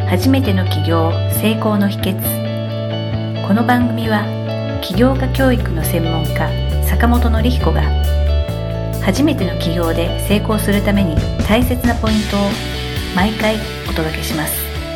初めての起業成功の秘訣。この番組は起業家教育の専門家坂本典彦が初めての起業で成功するために大切なポイントを毎回お届けします。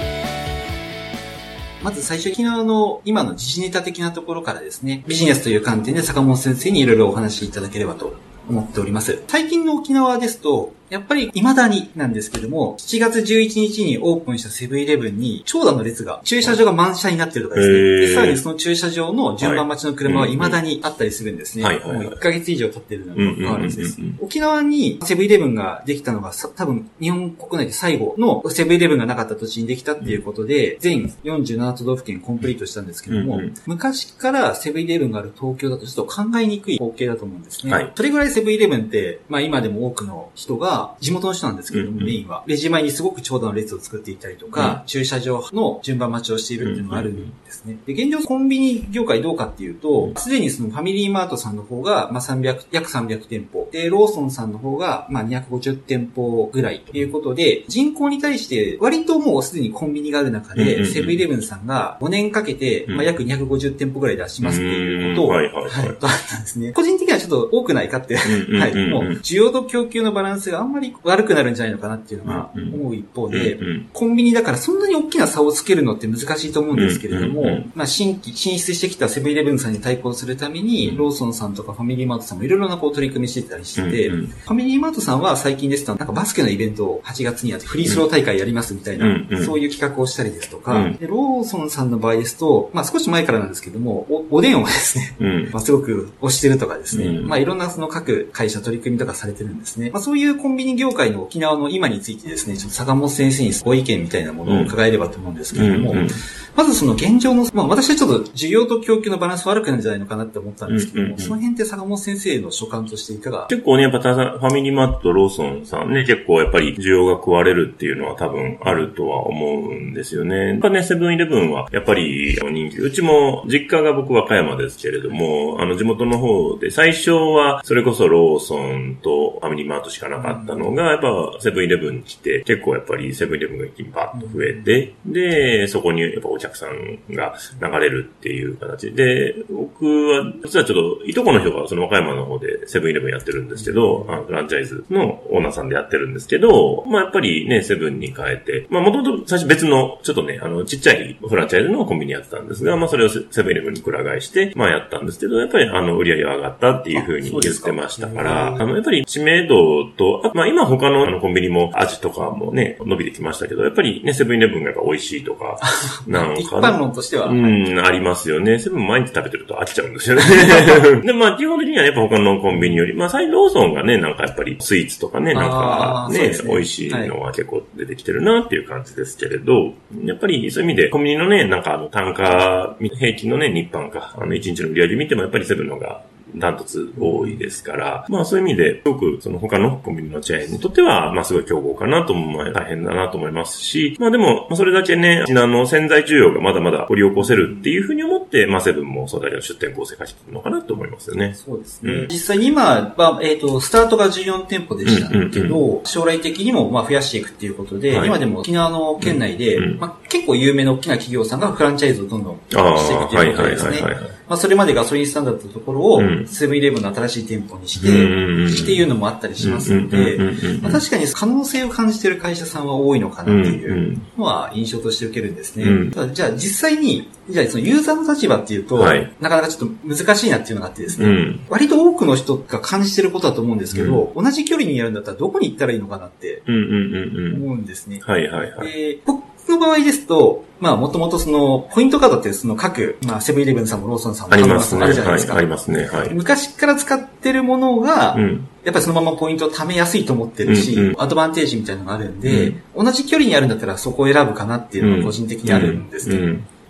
まず最初に今の時事ネタ的なところからですね、ビジネスという観点で坂本先生にいろいろお話しいただければと思っております。最近の沖縄ですと、やっぱり未だになんですけども、7月11日にオープンしたセブンイレブンに長蛇の列が、駐車場が満車になってるとかですね。でさらにその駐車場の順番待ちの車は未だにあったりするんですね。もう1ヶ月以上経ってるのに変わらずです。沖縄にセブンイレブンができたのが多分日本国内で最後のセブンイレブンがなかった土地にできたっていうことで、全47都道府県コンプリートしたんですけども、昔からセブンイレブンがある東京だとちょっと考えにくい光景だと思うんですね。それぐらいセブンイレブンって、今でも多くの人が地元の人なんですけれども、メインは。レジ前にすごく長蛇の列を作っていたりとか、駐車場の順番待ちをしているっていうのがあるんですね。で、現状コンビニ業界どうかっていうと、すでにそのファミリーマートさんの方が、約300店舗。で、ローソンさんの方が、250店舗ぐらいということで、人口に対して割ともうすでにコンビニがある中で、セブンイレブンさんが5年かけて、約250店舗ぐらい出しますっていうことを、とあったんですね。個人的にはちょっと多くないかって、もう、需要と供給のバランスがあんまり悪くなるんじゃないのかなっていうのが思う一方で、コンビニだからそんなに大きな差をつけるのって難しいと思うんですけれども、進出してきたセブンイレブンさんに対抗するために、ローソンさんとかファミリーマートさんもいろいろな取り組みしてたりしてて、ファミリーマートさんは最近ですと、なんかバスケのイベントを8月にやってフリースロー大会やりますみたいな、そういう企画をしたりですとか、でローソンさんの場合ですと、少し前からなんですけども、おでんをですね、すごく推してるとかですね、いろんなその各会社取り組みとかされてるんですね。そういうコンビニ業界の沖縄の今についてですね、ちょっと坂本先生にご意見みたいなものを伺えればと思うんですけれども、まずその現状の、私はちょっと需要と供給のバランス悪くなるんじゃないのかなって思ったんですけども、その辺って坂本先生の所感としていかが？ 結構ね、やっぱファミリーマートとローソンさんね、結構やっぱり需要が食われるっていうのは多分あるとは思うんですよね。やっぱね、セブンイレブンはやっぱり人気。うちも実家が僕和歌山ですけれども、地元の方で最初はそれこそローソンとファミリーマートしかなかったのが、やっぱセブンイレブンに来て、結構やっぱりセブンイレブンが一気にバッと増えて、で、そこにやっぱお客さんが流れるっていう形で、僕は、実はちょっと、いとこの人がその和歌山の方でセブンイレブンやってるんですけど、フランチャイズのオーナーさんでやってるんですけど、やっぱりね、セブンに変えて、もともと最初別の、ちょっとね、ちっちゃいフランチャイズのコンビニやってたんですが、それをセブンイレブンにくら替えして、やったんですけど、やっぱり売り上げが上がったっていう風に言ってましたから、やっぱり知名度と、今他のコンビニも味とかもね、伸びてきましたけど、やっぱりね、セブンイレブンがやっぱ美味しいとか、なんか、 一般論としては。 ありますよね。セブン毎日食べてると飽きちゃうんですよね。で、基本的にはやっぱ他のコンビニより、最近ローソンがね、なんかやっぱりスイーツとかね、なんかね、美味しいのが結構出てきてるなっていう感じですけれど、やっぱりそういう意味でコンビニのね、なんか単価、平均のね、日販か、1日の売り上げ見てもやっぱりセブンのがダントツ多いですから、そういう意味で、すごくその他のコンビニのチェーンにとっては、すごい競合かなと思う、大変だなと思いますし、でも、それだけね、潜在需要がまだまだ掘り起こせるっていうふうに思って、セブンもそれだけの出店構成化してるのかなと思いますよね。 そうですね。実際に今は、スタートが14店舗でしたけど、将来的にも増やしていくっていうことで、今でも沖縄の県内で、結構有名な大きな企業さんがフランチャイズをどんどんしていくっていうことですね。それまでガソリンスタンドだったところを、セブンイレブンの新しい店舗にして、っていうのもあったりしますので、確かに可能性を感じている会社さんは多いのかなっていうのは印象として受けるんですね。ただじゃあ実際に、そのユーザーの立場っていうと、なかなかちょっと難しいなっていうのがあってですね、割と多くの人が感じてることだと思うんですけど、同じ距離にやるんだったらどこに行ったらいいのかなって思うんですね。僕の場合ですと、もともとその、ポイントカードってその各、セブンイレブンさんもローソンさんもありますね。あるじゃないですか。 ありますね。 昔から使ってるものが、やっぱりそのままポイントを貯めやすいと思ってるし、アドバンテージみたいなのがあるんで、同じ距離にあるんだったらそこを選ぶかなっていうのが個人的にあるんですね。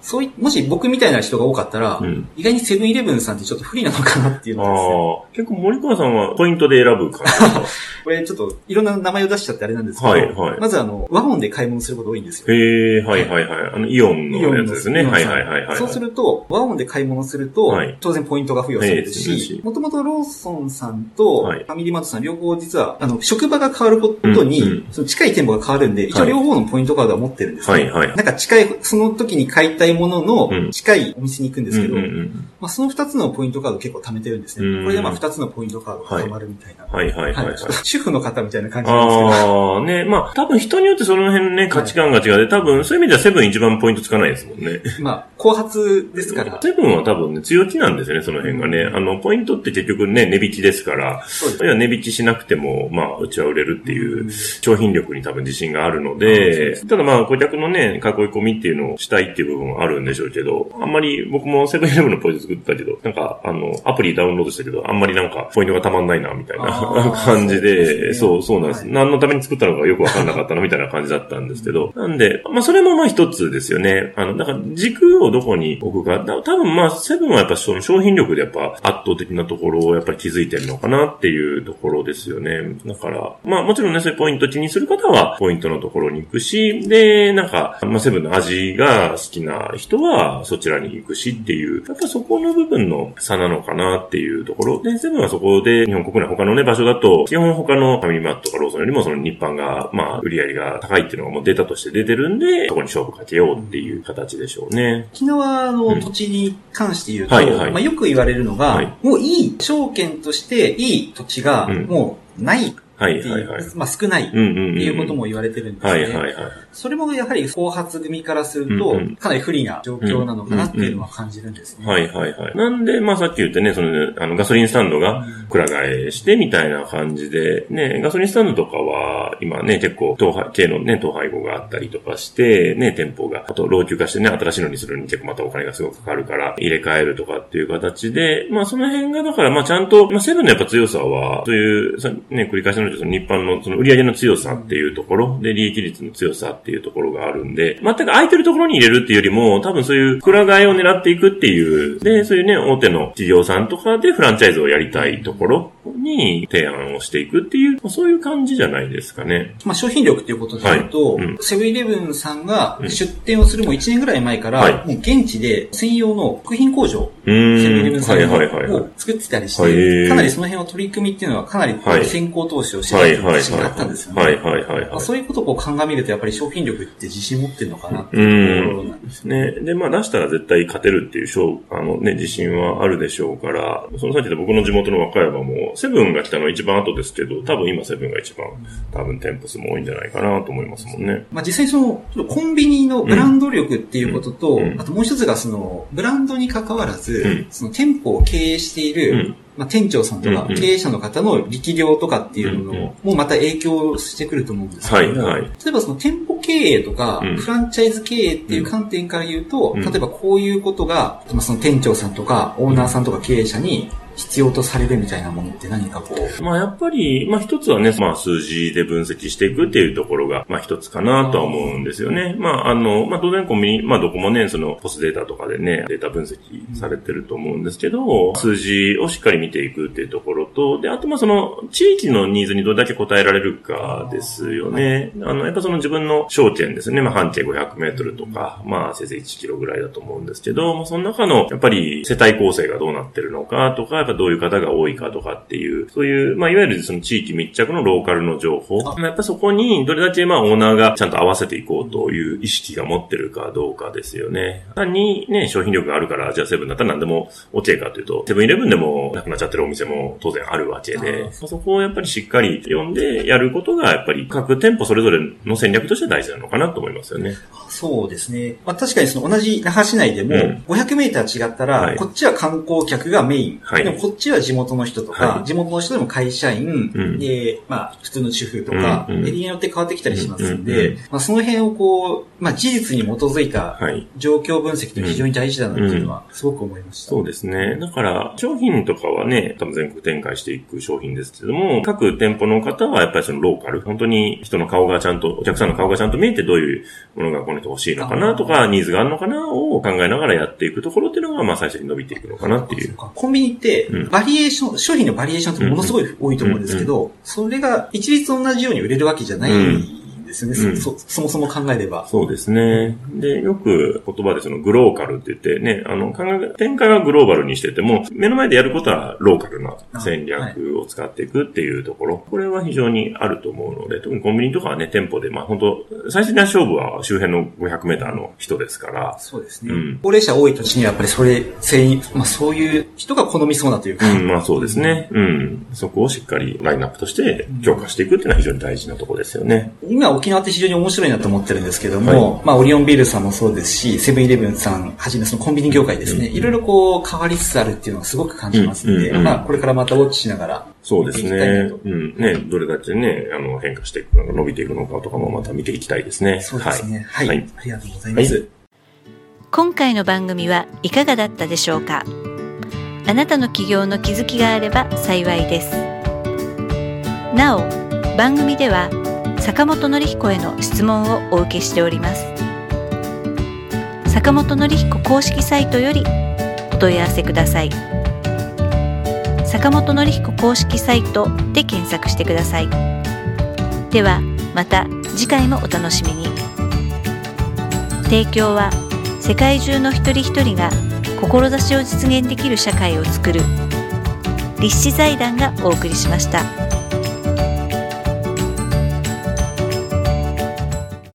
もし僕みたいな人が多かったら、意外にセブンイレブンさんってちょっと不利なのかなっていうのがですね。 結構森川さんはポイントで選ぶ感じですか？ これちょっといろんな名前を出しちゃってあれなんですけど、まずワゴンで買い物すること多いんですよ。 はいはいはい。イオンのやつですね。はいはいはいはい。 そうすると、ワゴンで買い物すると、当然ポイントが付与されるし、もともとローソンさんとファミリーマートさん両方実は、職場が変わることに、その近い店舗が変わるんで、一応両方のポイントカードは持ってるんですね。なんか近い、その時に買いたいものの近いお店に行くんですけど、その2つのポイントカード結構貯めてるんですね。これで2つのポイントカードが貯まるみたいな。主婦の方みたいな感じなんですけど。 ね、多分人によってその辺ね、価値観が違うで、多分そういう意味ではセブン一番ポイントつかないですもんね。 後発ですから。 セブンは多分ね、強気なんですよね、その辺がね。ポイントって結局ね、値引きですから、値引きしなくても、うちは売れるっていう商品力に多分自信があるので、ただ顧客のね、囲い込みっていうのをしたいっていう部分はあるんでしょうけど、あんまり僕もセブンイレブンのポイント作ったけど、アプリダウンロードしたけど、あんまりポイントがたまんないな、みたいな感じで、そうなんです。何のために作ったのかよくわかんなかったな、みたいな感じだったんですけど、なんで、それも一つですよね。だから軸をどこに置くか、多分セブンはやっぱその商品力でやっぱ圧倒的なところをやっぱり気づいてるのかなっていうところですよね。だから、もちろんね、そういうポイント気にする方はポイントのところに行くし、で、セブンの味が好きな人はそちらに行くしっていう、やっぱそこの部分の差なのかなっていうところで、セブンはそこで日本国内他のね、場所だと、基本他のファミリーマートとかローソンよりもその日販が、売り上げが高いっていうのがもうデータとして出てるんで、そこに勝負かけようっていう形でしょうね。 沖縄の土地に関して言うと、よく言われるのが、もういい証券としていい土地がもうないっていう、少ないっていうことも言われてるんですね。それもやはり後発組からすると、かなり不利な状況なのかなっていうのは感じるんですね。 なんで、さっき言ってね、ガソリンスタンドがくら替えしてみたいな感じで、ね、ガソリンスタンドとかは、今ね、結構、系のね、統廃合があったりとかして、ね、店舗が、あと老朽化してね、新しいのにするに結構またお金がすごくかかるから、入れ替えるとかっていう形で、その辺がだから、ちゃんと、セブンのやっぱ強さは、そういう、ね、繰り返しの日販のその売り上げの強さっていうところで、利益率の強さっていうところがあるんで、全く空いてるところに入れるっていうよりも、多分そういうくら替えを狙っていくっていう、で、そういうね、大手の企業さんとかでフランチャイズをやりたいところに提案をしていくっていう、そういう感じじゃないですかね。 商品力っていうことで言うと、セブンイレブンさんが出店をするも1年ぐらい前から、もう現地で専用の食品工場、セブンイレブンさんを作ってたりして、かなりその辺の取り組みっていうのはかなり先行投資をしてたりとかあったんですよね。そういうことを鑑みるとやっぱり商品力って自信持ってるのかなっていうところなんですね。 で、出したら絶対勝てるっていう自信はあるでしょうから、そのさっき言った僕の地元の和歌山も、セブンが来たのは一番後ですけど、多分今セブンが一番店舗数も多いんじゃないかなと思いますもんね。 実際コンビニのブランド力っていうことと、あともう一つがブランドに関わらず、その店舗を経営している、店長さんとか経営者の方の力量とかっていうのもまた影響してくると思うんですけども、例えばその店舗経営とかフランチャイズ経営っていう観点から言うと、例えばこういうことがその店長さんとかオーナーさんとか経営者に必要とされるみたいなものって何かこう。 やっぱり、一つはね、数字で分析していくっていうところが、一つかなとは思うんですよね。当然コンビニ、どこもね、そのポスデータとかでね、データ分析されてると思うんですけど、数字をしっかり見ていくっていうところと、で、あとその、地域のニーズにどれだけ応えられるかですよね。やっぱその自分の商圏ですね、半径500メートルとか、せいぜい1キロぐらいだと思うんですけど、その中の、やっぱり世帯構成がどうなってるのかとか、やっぱどういう方が多いかとかっていう、そういう、いわゆるその地域密着のローカルの情報。やっぱそこにどれだけオーナーがちゃんと合わせていこうという意識が持ってるかどうかですよね。単にね、商品力があるから、じゃあセブンだったら何でも OK かというと、セブンイレブンでもなくなっちゃってるお店も当然あるわけで、そこをやっぱりしっかり読んでやることが、やっぱり各店舗それぞれの戦略として大事なのかなと思いますよね。 そうですね。確かに同じ那覇市内でも、500メーター違ったら、こっちは観光客がメイン。でもこっちは地元の人とか、地元の人でも会社員、で、普通の主婦とか、エリアによって変わってきたりしますんで、その辺を事実に基づいた状況分析って非常に大事だなっていうのはすごく思いました。 そうですね。だから、商品とかはね、多分全国展開していく商品ですけども、各店舗の方はやっぱりそのローカル、本当に人の顔がちゃんと、お客さんの顔がちゃんとと見えてどういうものがこの人欲しいのかなとか、ニーズがあるのかなを考えながらやっていくところっていうのが、最初に伸びていくのかなっていう。 コンビニって、バリエーション、商品のバリエーションってものすごい多いと思うんですけど、それが一律同じように売れるわけじゃない。ですね、そもそも考えれば。 そうですね。で、よく言葉でそのグローカルって言ってね、展開はグローバルにしてても、目の前でやることはローカルな戦略を使っていくっていうところ、これは非常にあると思うので、特にコンビニとかはね、店舗で、本当最終的な勝負は周辺の500メーターの人ですから。 そうですね。高齢者多い土地にはやっぱりそういう人が好みそうなというか。 そうですね。そこをしっかりラインナップとして強化していくっていうのは非常に大事なところですよね。 今沖縄って非常に面白いなと思ってるんですけども、オリオンビールさんもそうですし、セブンイレブンさんはじめそのコンビニ業界ですね、いろいろ変わりつつあるっていうのをすごく感じますので、これからまたウォッチしながら。 そうですね。どれだけね、変化していくのか、伸びていくのかとかもまた見ていきたいですね。 そうですね。はい。ありがとうございます。 今回の番組はいかがだったでしょうか。あなたの起業の気づきがあれば幸いです。なお、番組では坂本典彦への質問をお受けしております。坂本典彦公式サイトよりお問い合わせください。坂本典彦公式サイトで検索してください。ではまた次回もお楽しみに。提供は世界中の一人一人が志を実現できる社会を作る立志財団がお送りしました。